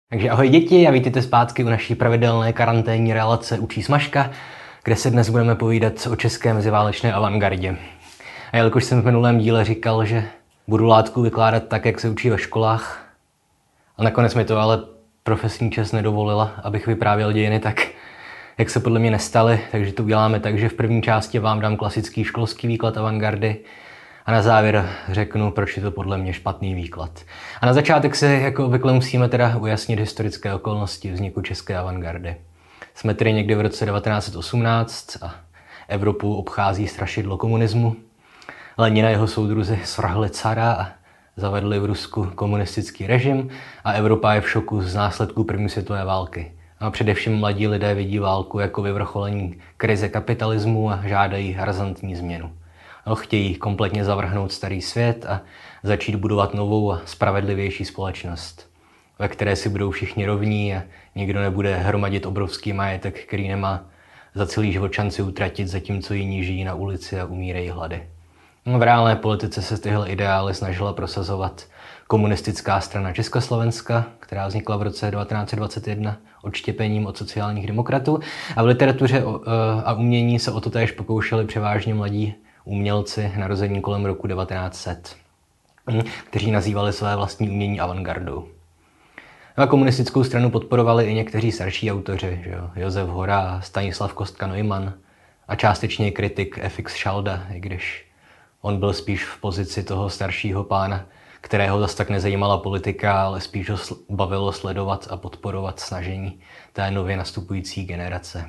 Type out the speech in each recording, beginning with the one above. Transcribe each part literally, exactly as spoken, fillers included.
Takže ahoj děti a vítejte zpátky u naší pravidelné karanténní relace Učí Smažka, kde se dnes budeme povídat o české meziválečné avantgardě. A jelikož jsem v minulém díle říkal, že budu látku vykládat tak, jak se učí ve školách, a nakonec mi to ale profesní čas nedovolila, abych vyprávěl dějiny tak, jak se podle mě nestaly, takže to uděláme tak, že v první části vám dám klasický školský výklad avantgardy a na závěr řeknu, proč je to podle mě špatný výklad. A na začátek si jako obvykle musíme teda ujasnit historické okolnosti vzniku české avantgardy. Jsme tedy někdy v roce devatenáct set osmnáct a Evropu obchází strašidlo komunismu. Lenin a jeho soudruzi svrhli cara a zavedli v Rusku komunistický režim a Evropa je v šoku z následků první světové války. A především mladí lidé vidí válku jako vyvrcholení krize kapitalismu a žádají razantní změnu. No, chtějí kompletně zavrhnout starý svět a začít budovat novou a spravedlivější společnost, ve které si budou všichni rovní a nikdo nebude hromadit obrovský majetek, který nemá za celý život šanci utratit, zatímco jiní žijí na ulici a umírají hlady. No, v reálné politice se tyhle ideály snažila prosazovat komunistická strana Československa, která vznikla v roce devatenáct set dvacet jedna odštěpením od sociálních demokratů, a v literatuře a umění se o to též pokoušeli převážně mladí umělci narození kolem roku devatenáct set, kteří nazývali své vlastní umění avantgardou. A komunistickou stranu podporovali i někteří starší autoři, že jo? Josef Hora a Stanislav Kostka-Neumann a částečně kritik F X Šalda, i když on byl spíš v pozici toho staršího pána, kterého zas tak nezajímala politika, ale spíš ho bavilo sledovat a podporovat snažení té nově nastupující generace.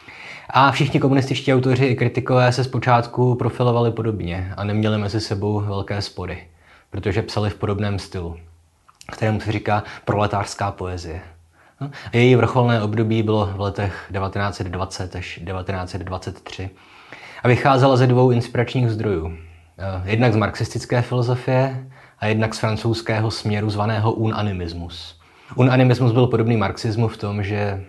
A všichni komunističtí autoři i kritikové se zpočátku profilovali podobně a neměli mezi sebou velké spory, protože psali v podobném stylu, kterému se říká proletářská poezie. A její vrcholné období bylo v letech devatenáct set dvacet až devatenáct set dvacet tři a vycházela ze dvou inspiračních zdrojů. Jednak z marxistické filozofie a jednak z francouzského směru zvaného unanimismus. Unanimismus byl podobný marxismu v tom, že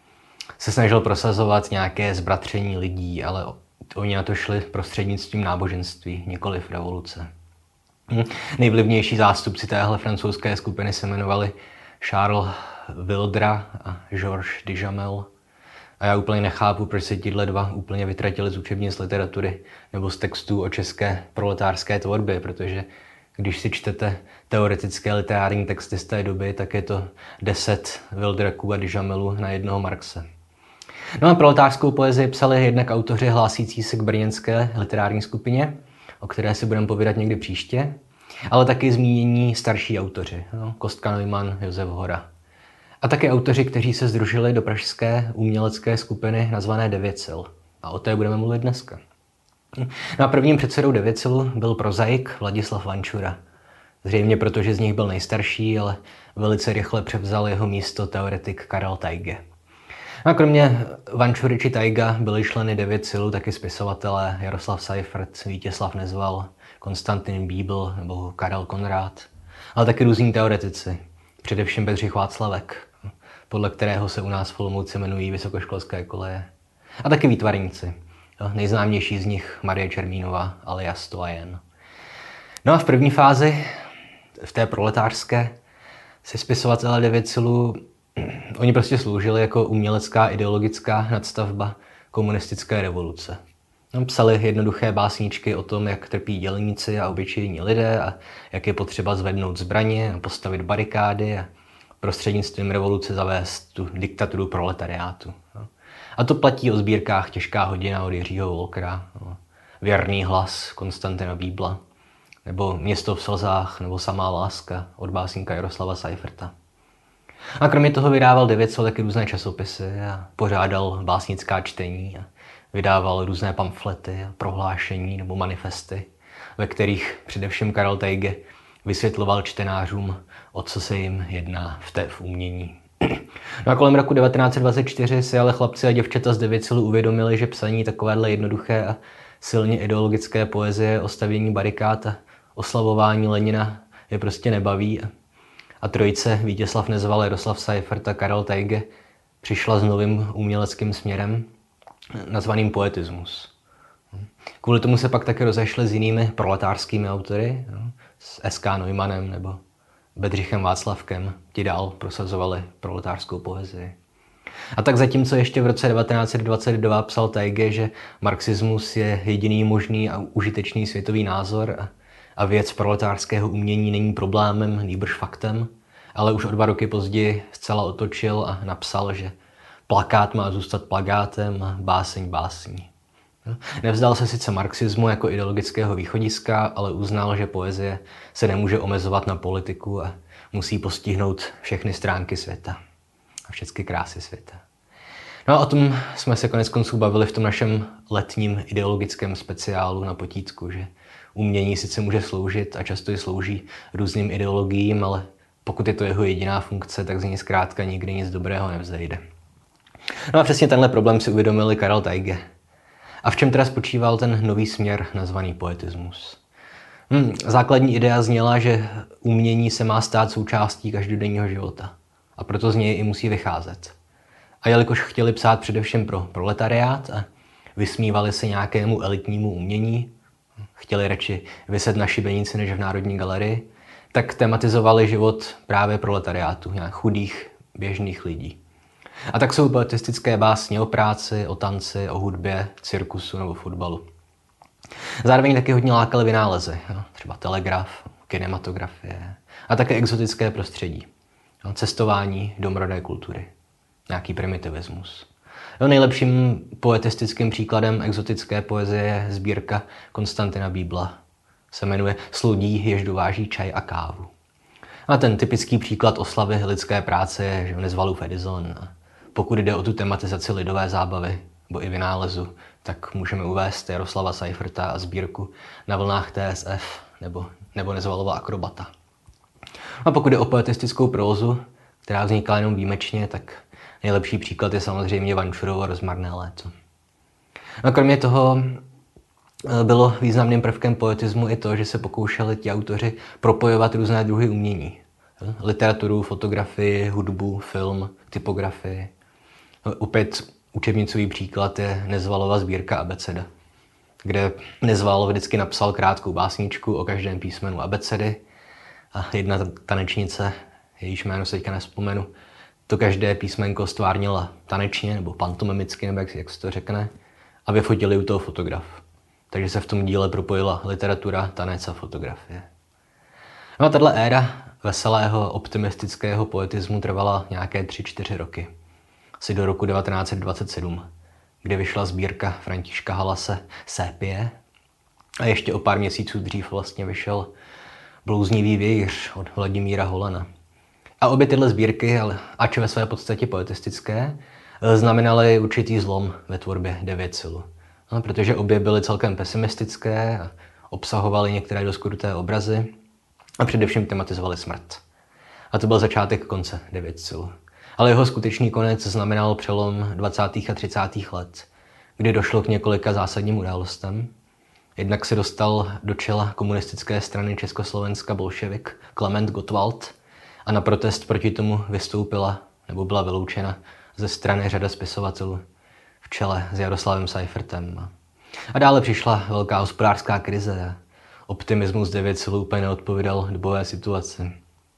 se snažil prosazovat nějaké zbratření lidí, ale oni na to šli prostřednictvím náboženství, nikoliv revoluce. Nejvlivnější zástupci téhle francouzské skupiny se jmenovali Charles Wildra a Georges Duhamel. A já úplně nechápu, proč se tihle dva úplně vytratili z učebnic literatury nebo z textů o české proletářské tvorbě, protože když si čtete teoretické literární texty z té doby, tak je to deset Wildraků a Duhamelů na jednoho Marxe. No a proletářskou poezii psali jednak autoři hlásící se k brněnské literární skupině, o které si budeme povídat někdy příště, ale taky zmínění starší autoři, no, Kostka-Neumann, Josef Hora. A také autoři, kteří se sdružili do pražské umělecké skupiny nazvané Devět sil. A o té budeme mluvit dneska. No a prvním předsedou Devět sil byl prozaik Vladislav Vančura. Zřejmě proto, že z nich byl nejstarší, ale velice rychle převzal jeho místo teoretik Karel Tajge. A kromě Vančury či Tajga byli členy Devět sil taky spisovatelé Jaroslav Seifert, Vítězslav Nezval, Konstantin Bíbl nebo Karel Konrád, ale taky různí teoretici, především Bedřich Václavek, podle kterého se u nás v Olomouci jmenují vysokoškolské koleje, a taky výtvarníci, nejznámější z nich Marie Čermínová alias Toajen. No a v první fázi, v té proletářské, se spisovatelé Devět sil oni prostě sloužili jako umělecká ideologická nadstavba komunistické revoluce. No, psali jednoduché básničky o tom, jak trpí dělníci a obyčejní lidé a jak je potřeba zvednout zbraně a postavit barikády a prostřednictvím revoluce zavést tu diktaturu proletariátu. No. A to platí o sbírkách Těžká hodina od Jiřího Wolkera, no. Věrný hlas Konstantina Bíbla, nebo Město v slzách, nebo Samá láska od básníka Jaroslava Seiferta. A kromě toho vydával Devět sil taky různé časopisy a pořádal básnická čtení a vydával různé pamflety a prohlášení nebo manifesty, ve kterých především Karel Tajge vysvětloval čtenářům, o co se jim jedná v té v umění. No a kolem roku devatenáct set dvacet čtyři si ale chlapci a děvčata z Devět sil uvědomili, že psaní takovéhle jednoduché a silně ideologické poezie o stavění barikád a oslavování Lenina je prostě nebaví. A trojice Vítězslav Nezval, Jaroslav Seifert a Karel Tajge přišla s novým uměleckým směrem nazvaným poetismus. Kvůli tomu se pak taky rozešli s jinými proletářskými autory, s S K Neumannem nebo Bedřichem Václavkem ti dál prosazovali proletářskou poezii. A tak zatímco ještě v roce devatenáct set dvacet dva psal Tajge, že marxismus je jediný možný a užitečný světový názor a, a věc proletářského umění není problémem, nýbrž faktem, ale už o dva roky později zcela otočil a napsal, že plakát má zůstat plakátem a báseň básní. Nevzdal se sice marxismu jako ideologického východiska, ale uznal, že poezie se nemůže omezovat na politiku a musí postihnout všechny stránky světa a všechny krásy světa. No a o tom jsme se konec konců bavili v tom našem letním ideologickém speciálu na Potítku, že umění sice může sloužit a často i slouží různým ideologiím, ale pokud je to jeho jediná funkce, tak z ní zkrátka nikdy nic dobrého nevzejde. No a přesně tenhle problém si uvědomili Karel Tajge. A v čem teda spočíval ten nový směr nazvaný poetismus? Hmm, základní idea zněla, že umění se má stát součástí každodenního života. A proto z něj i musí vycházet. A jelikož chtěli psát především pro proletariát a vysmívali se nějakému elitnímu umění, chtěli radši vyset na šibenici než v Národní galerii, tak tematizovali život právě proletariátu, nějak chudých, běžných lidí. A tak jsou poetistické básně o práci, o tanci, o hudbě, cirkusu nebo fotbalu. Zároveň taky hodně lákaly vynálezy, třeba telegraf, kinematografie a také exotické prostředí, cestování domorodé kultury, nějaký primitivismus. No, nejlepším poetistickým příkladem exotické poezie je sbírka Konstantina Bíbla. Se jmenuje Slodí, jež dováží čaj a kávu. A ten typický příklad oslavy lidské práce je že Nezvalův Edison. A pokud jde o tu tematizaci lidové zábavy nebo i vynálezu, tak můžeme uvést Jaroslava Seiferta a sbírku Na vlnách T S F nebo, nebo Nezvalova Akrobata. A pokud jde o poetistickou prózu, která vznikla jenom výjimečně, tak nejlepší příklad je samozřejmě Vančurovo Rozmarné léto. No, kromě toho bylo významným prvkem poetismu i to, že se pokoušeli ti autoři propojovat různé druhy umění. Literaturu, fotografii, hudbu, film, typografii. Opět učebnicový příklad je Nezvalova sbírka Abeceda, kde Nezval vždycky napsal krátkou básničku o každém písmenu abecedy a jedna tanečnice, jejíž jméno se teďka nevzpomenu, to každé písmenko stvárnila tanečně nebo pantomimicky, nebo jak, jak se to řekne, a vyfotili u toho fotograf. Takže se v tom díle propojila literatura, tanec a fotografie. No a tato éra veselého, optimistického poetismu trvala nějaké tři čtyři roky. Asi do roku devatenáct set dvacet sedm, kdy vyšla sbírka Františka Halase Sépie a ještě o pár měsíců dřív vlastně vyšel Blouznivý vějíř od Vladimíra Holena. A obě tyhle sbírky, ač ve své podstatě poetistické, znamenaly určitý zlom ve tvorbě Devět sil. No, protože obě byly celkem pesimistické a obsahovaly některé dost kruté obrazy a především tematizovaly smrt. A to byl začátek konce Devět sil. Ale jeho skutečný konec znamenal přelom dvacátých a třicátých let, kdy došlo k několika zásadním událostem. Jednak se dostal do čela komunistické strany Československa bolševik Klement Gottwald a na protest proti tomu vystoupila nebo byla vyloučena ze strany řada spisovatelů v čele s Jaroslavem Seifertem. A dále přišla velká hospodářská krize. Optimismus Devět sil úplně neodpovídal dobové situaci.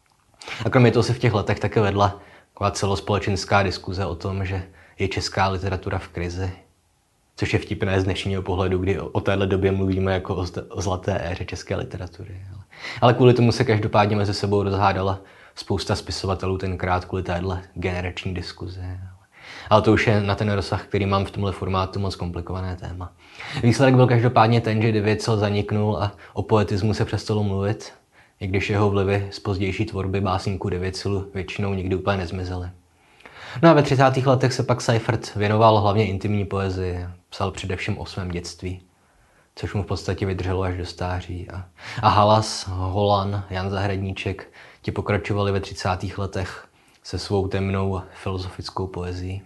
A kromě toho se v těch letech také vedla taková celospolečenská diskuze o tom, že je česká literatura v krizi. Což je vtipné z dnešního pohledu, kdy o téhle době mluvíme jako o zlaté éře české literatury. Ale kvůli tomu se každopádně mezi sebou rozhádala spousta spisovatelů tenkrát kvůli téhle generační diskuze. Ale to už je na ten rozsah, který mám v tomhle formátu moc komplikované téma. Výsledek byl každopádně ten, že Devět sil zaniknul a o poetismu se přestalo mluvit, i když jeho vlivy z pozdější tvorby básníků Devět sil většinou nikdy úplně nezmizely. No a ve třicátých letech se pak Seifert věnoval hlavně intimní poezii, psal především o svém dětství, což mu v podstatě vydrželo až do stáří. A, a Halas, Holan, Jan Zahradníček, ti pokračovali ve třicátých letech se svou temnou filozofickou poezií.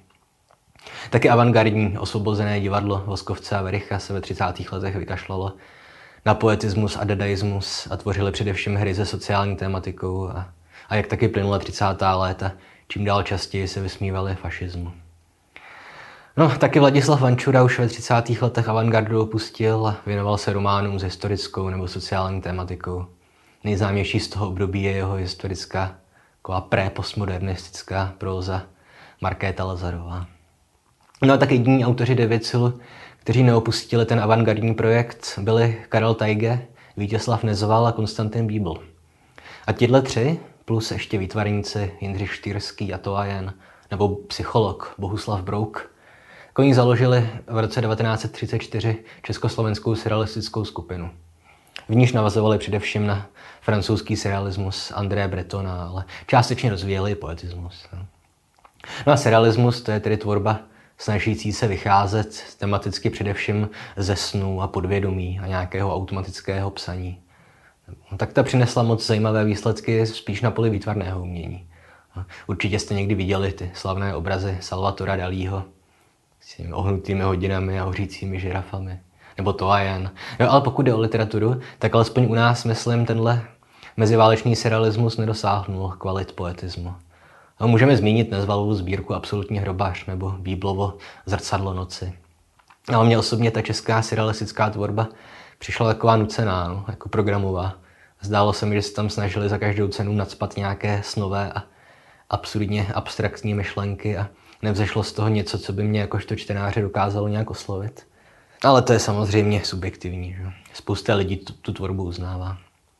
Taky avantgardní osvobozené divadlo Voskovce a Vericha se ve třicátých letech vykašlalo na poetismus a dadaismus a tvořili především hry se sociální tématikou a, a jak taky plynula třicátá léta, čím dál častěji se vysmívali fašismu. No, taky Vladislav Vančura už ve třicátých letech avantgardu opustil a věnoval se románům s historickou nebo sociální tématikou. Nejznámější z toho období je jeho historická, taková pré-postmodernistická próza Markéta Lazarová. No a tak jediní autoři Devětsilu, kteří neopustili ten avantgardní projekt, byli Karel Tajge, Vítězslav Nezval a Konstantin Bíbl. A tihle tři, plus ještě výtvarníci Jindřich Štýrský a Toajen, nebo psycholog Bohuslav Brouk, oni založili v roce devatenáct set třicet čtyři československou surrealistickou skupinu. V níž navazovali především na francouzský surrealismus André Bretona, ale částečně rozvíjeli i poetismus. No a surrealismus, to je tedy tvorba snažící se vycházet tematicky především ze snů a podvědomí a nějakého automatického psaní. No, tak ta přinesla moc zajímavé výsledky spíš na poli výtvarného umění. Určitě jste někdy viděli ty slavné obrazy Salvatora Dalího s těmi ohnutými hodinami a hořícími žirafami. Nebo Toajen. Jo, ale pokud jde o literaturu, tak alespoň u nás, myslím, tenhle meziválečný surrealismus nedosáhnul kvalit poetismu. A můžeme zmínit Nezvalovu sbírku Absolutní hrobář nebo Bíblovo Zrcadlo noci. Ale mně osobně ta česká surrealistická tvorba přišla taková nucená, no, jako programová. Zdálo se mi, že se tam snažili za každou cenu nacpat nějaké snové a absurdně abstraktní myšlenky a nevzešlo z toho něco, co by mě jakožto čtenáře dokázalo nějak oslovit. Ale to je samozřejmě subjektivní. Že? Spousta lidí tu, tu tvorbu uznává.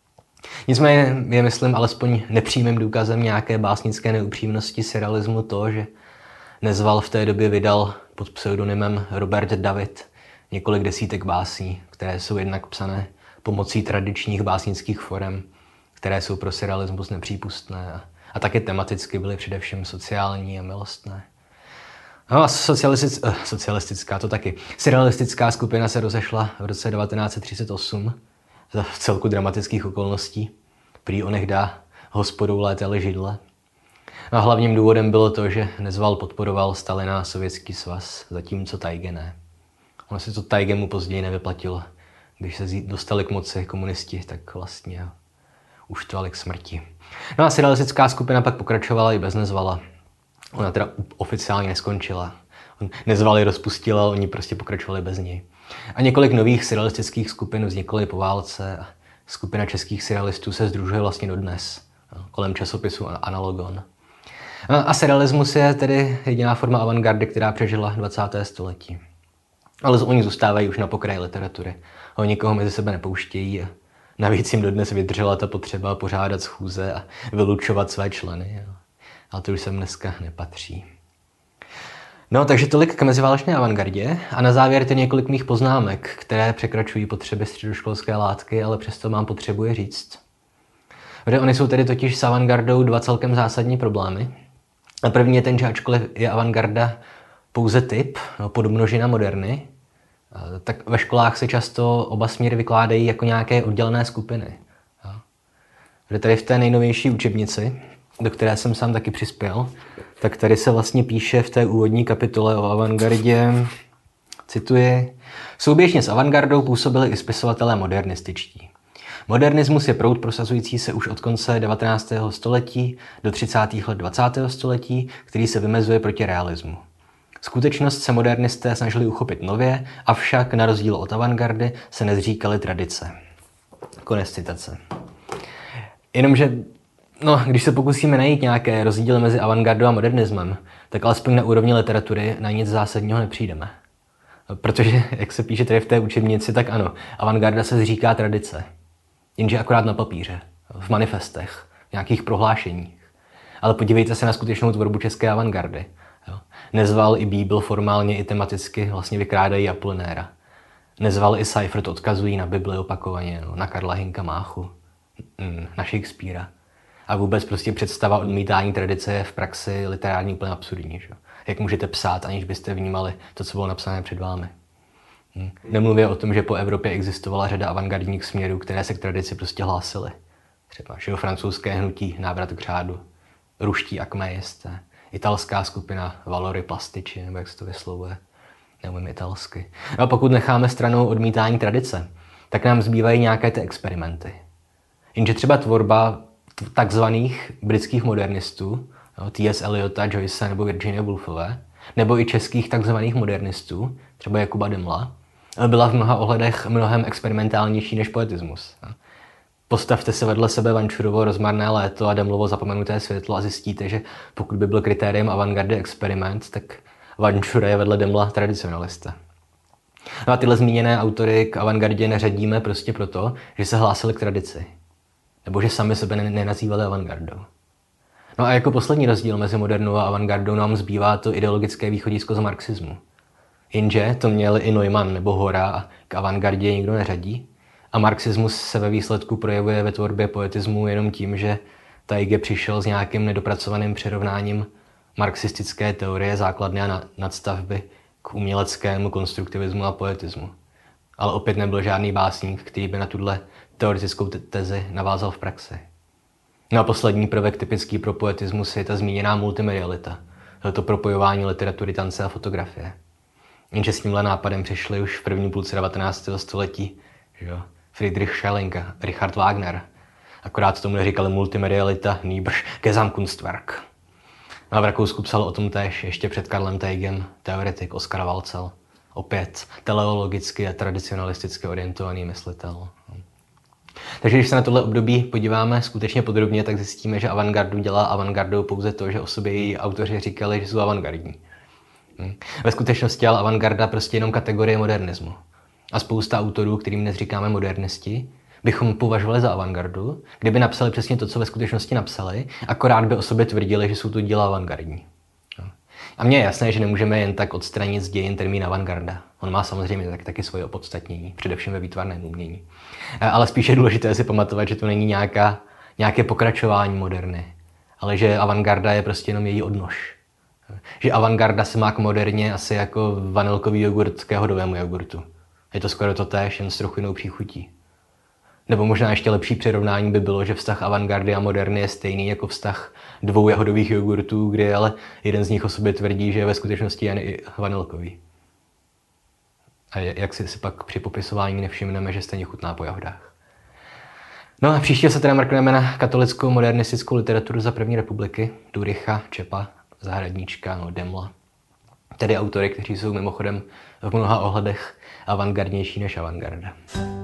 Nicméně je, myslím, alespoň nepřímým důkazem nějaké básnické neupřímnosti surrealismu to, že Nezval v té době vydal pod pseudonymem Robert David několik desítek básní, které jsou jednak psané pomocí tradičních básnických forem, které jsou pro surrealismus nepřípustné a, a také tematicky byly především sociální a milostné. No a socialistic, uh, socialistická to taky. Surrealistická skupina se rozešla v roce devatenáct set třicet osm za v celku dramatických okolností. Prý onehda hospodou létaly židle. A hlavním důvodem bylo to, že Nezval podporoval Stalina a Sovětský svaz, zatímco Tajge ne. Ono se to Tajge mu později nevyplatilo. Když se dostali k moci komunisti, tak vlastně uštvali k smrti. No a surrealistická skupina pak pokračovala i bez Nezvala. Ona teda oficiálně neskončila. On Nezval ji rozpustila, oni prostě pokračovali bez něj. A několik nových surrealistických skupin vznikly po válce a skupina českých surrealistů se sdružuje vlastně dodnes, kolem časopisu Analogon. A surrealismus je tedy jediná forma avantgardy, která přežila dvacáté století. Ale oni zůstávají už na pokraji literatury. Oni nikoho mezi sebe nepouštějí a navíc jim dodnes vydržela ta potřeba pořádat schůze a vylučovat své členy. Ale to už sem dneska nepatří. No, takže tolik k meziválečné avantgardě a na závěr ty několik mých poznámek, které překračují potřeby středoškolské látky, ale přesto mám potřebu je říct. Ony jsou tedy totiž s avantgardou dva celkem zásadní problémy. A první je ten, že ačkoliv je avantgarda pouze typ, no, podmnožina moderny, tak ve školách se často oba směry vykládají jako nějaké oddělené skupiny. Protože tady v té nejnovější učebnici, do které jsem sám taky přispěl, tak tady se vlastně píše v té úvodní kapitole o avantgardě, cituji, souběžně s avantgardou působili i spisovatelé modernističtí. Modernismus je proud prosazující se už od konce devatenáctého století do třicátých let dvacátého století, který se vymezuje proti realismu. Skutečnost se modernisté snažili uchopit nově, avšak na rozdíl od avantgardy se nezříkali tradice. Konec citace. Jenomže, no, když se pokusíme najít nějaké rozdíly mezi avantgardou a modernismem, tak alespoň na úrovni literatury na nic zásadního nepřijdeme. Protože, jak se píše tady v té učebnici, tak ano, avantgarda se zříká tradice. Jenže akorát na papíře, v manifestech, v nějakých prohlášeních. Ale podívejte se na skutečnou tvorbu české avantgardy. Jo. Nezval i Bíbl formálně i tematicky vlastně vykrádají Apolinéra. Nezval i Seifert odkazují na Bibli opakovaně, no, na Karla Hynka Máchu, na Shakespearea. A vůbec prostě představa odmítání tradice je v praxi literární úplně absurdní. Že? Jak můžete psát, aniž byste vnímali to, co bylo napsané před vámi. Hm. Nemluvě o tom, že po Evropě existovala řada avantgardních směrů, které se k tradici prostě hlásily. Třeba že francouzské hnutí Návrat k řádu, ruští akmejisté, italská skupina Valori Plastici, nebo jak se to vyslovuje, neumím italsky. No a pokud necháme stranou odmítání tradice, tak nám zbývají nějaké ty experimenty. Jenže třeba tvorba takzvaných britských modernistů, T S Eliota, Joyce nebo Virginia Woolfové, nebo i českých takzvaných modernistů, třeba Jakuba Demla, byla v mnoha ohledech mnohem experimentálnější než poetismus. Postavte se vedle sebe Vančurovo Rozmarné léto a Demlovo Zapomenuté světlo a zjistíte, že pokud by byl kritériem avantgardy experiment, tak Vančura je vedle Demla tradicionalista. No a tyhle zmíněné autory k avantgardě neřadíme prostě proto, že se hlásili k tradici. Nebo že sami sebe nenazývali avantgardou. No a jako poslední rozdíl mezi modernou a avantgardou nám zbývá to ideologické východisko z marxismu. Jenže to měli i Neumann nebo Hora a k avantgardě nikdo neřadí. A marxismus se ve výsledku projevuje ve tvorbě poetismu jenom tím, že Tajge přišel s nějakým nedopracovaným přirovnáním marxistické teorie základny a nadstavby k uměleckému konstruktivismu a poetismu. Ale opět nebyl žádný básník, který by na tuhle teoretickou tezi navázal v praxi. No a poslední prvek typický pro poetismus je ta zmíněná multimedialita. To propojování literatury, tance a fotografie. Jenže s tímhle nápadem přišli už v první půlce devatenáctého století, že jo? Friedrich Schelling a Richard Wagner. Akorát tomu neříkali multimedialita, nýbrž Gesamtkunstwerk. No a v Rakousku psal o tom též ještě před Karlem Teigem teoretik Oskar Walcel. Opět teleologicky a tradicionalisticky orientovaný myslitel. Takže když se na tohle období podíváme skutečně podrobně, tak zjistíme, že avantgardu dělá avantgardou pouze to, že o sobě její autoři říkali, že jsou avantgardní. Ve skutečnosti ale avantgarda prostě jenom kategorie modernismu. A spousta autorů, kterým dnes říkáme modernisti, bychom považovali za avantgardu, kdyby napsali přesně to, co ve skutečnosti napsali, akorát by o sobě tvrdili, že jsou to díla avantgardní. A mně je jasné, že nemůžeme jen tak odstranit z dějin termín avantgarda. On má samozřejmě tak, taky svoje opodstatnění, především ve výtvarném umění. Ale spíše je důležité si pamatovat, že to není nějaká, nějaké pokračování moderny, ale že avantgarda je prostě jenom její odnož. Že avantgarda se má k moderně asi jako vanilkový jogurt k jahodovému jogurtu. Je to skoro to též, jen s trochu jinou příchutí. Nebo možná ještě lepší přirovnání by bylo, že vztah avantgardy a moderny je stejný jako vztah dvou jahodových jogurtů, kdy ale jeden z nich o sobě tvrdí, že je ve skutečnosti jen i vanilkový. A jak si, si pak při popisování nevšimneme, že stejně chutná po jahodách. No a příště se teda mrkneme na katolickou modernistickou literaturu za první republiky, Duricha, Čepa, Zahradníčka, no Demla. Tedy autory, kteří jsou mimochodem v mnoha ohledech avantgardnější než avantgarda.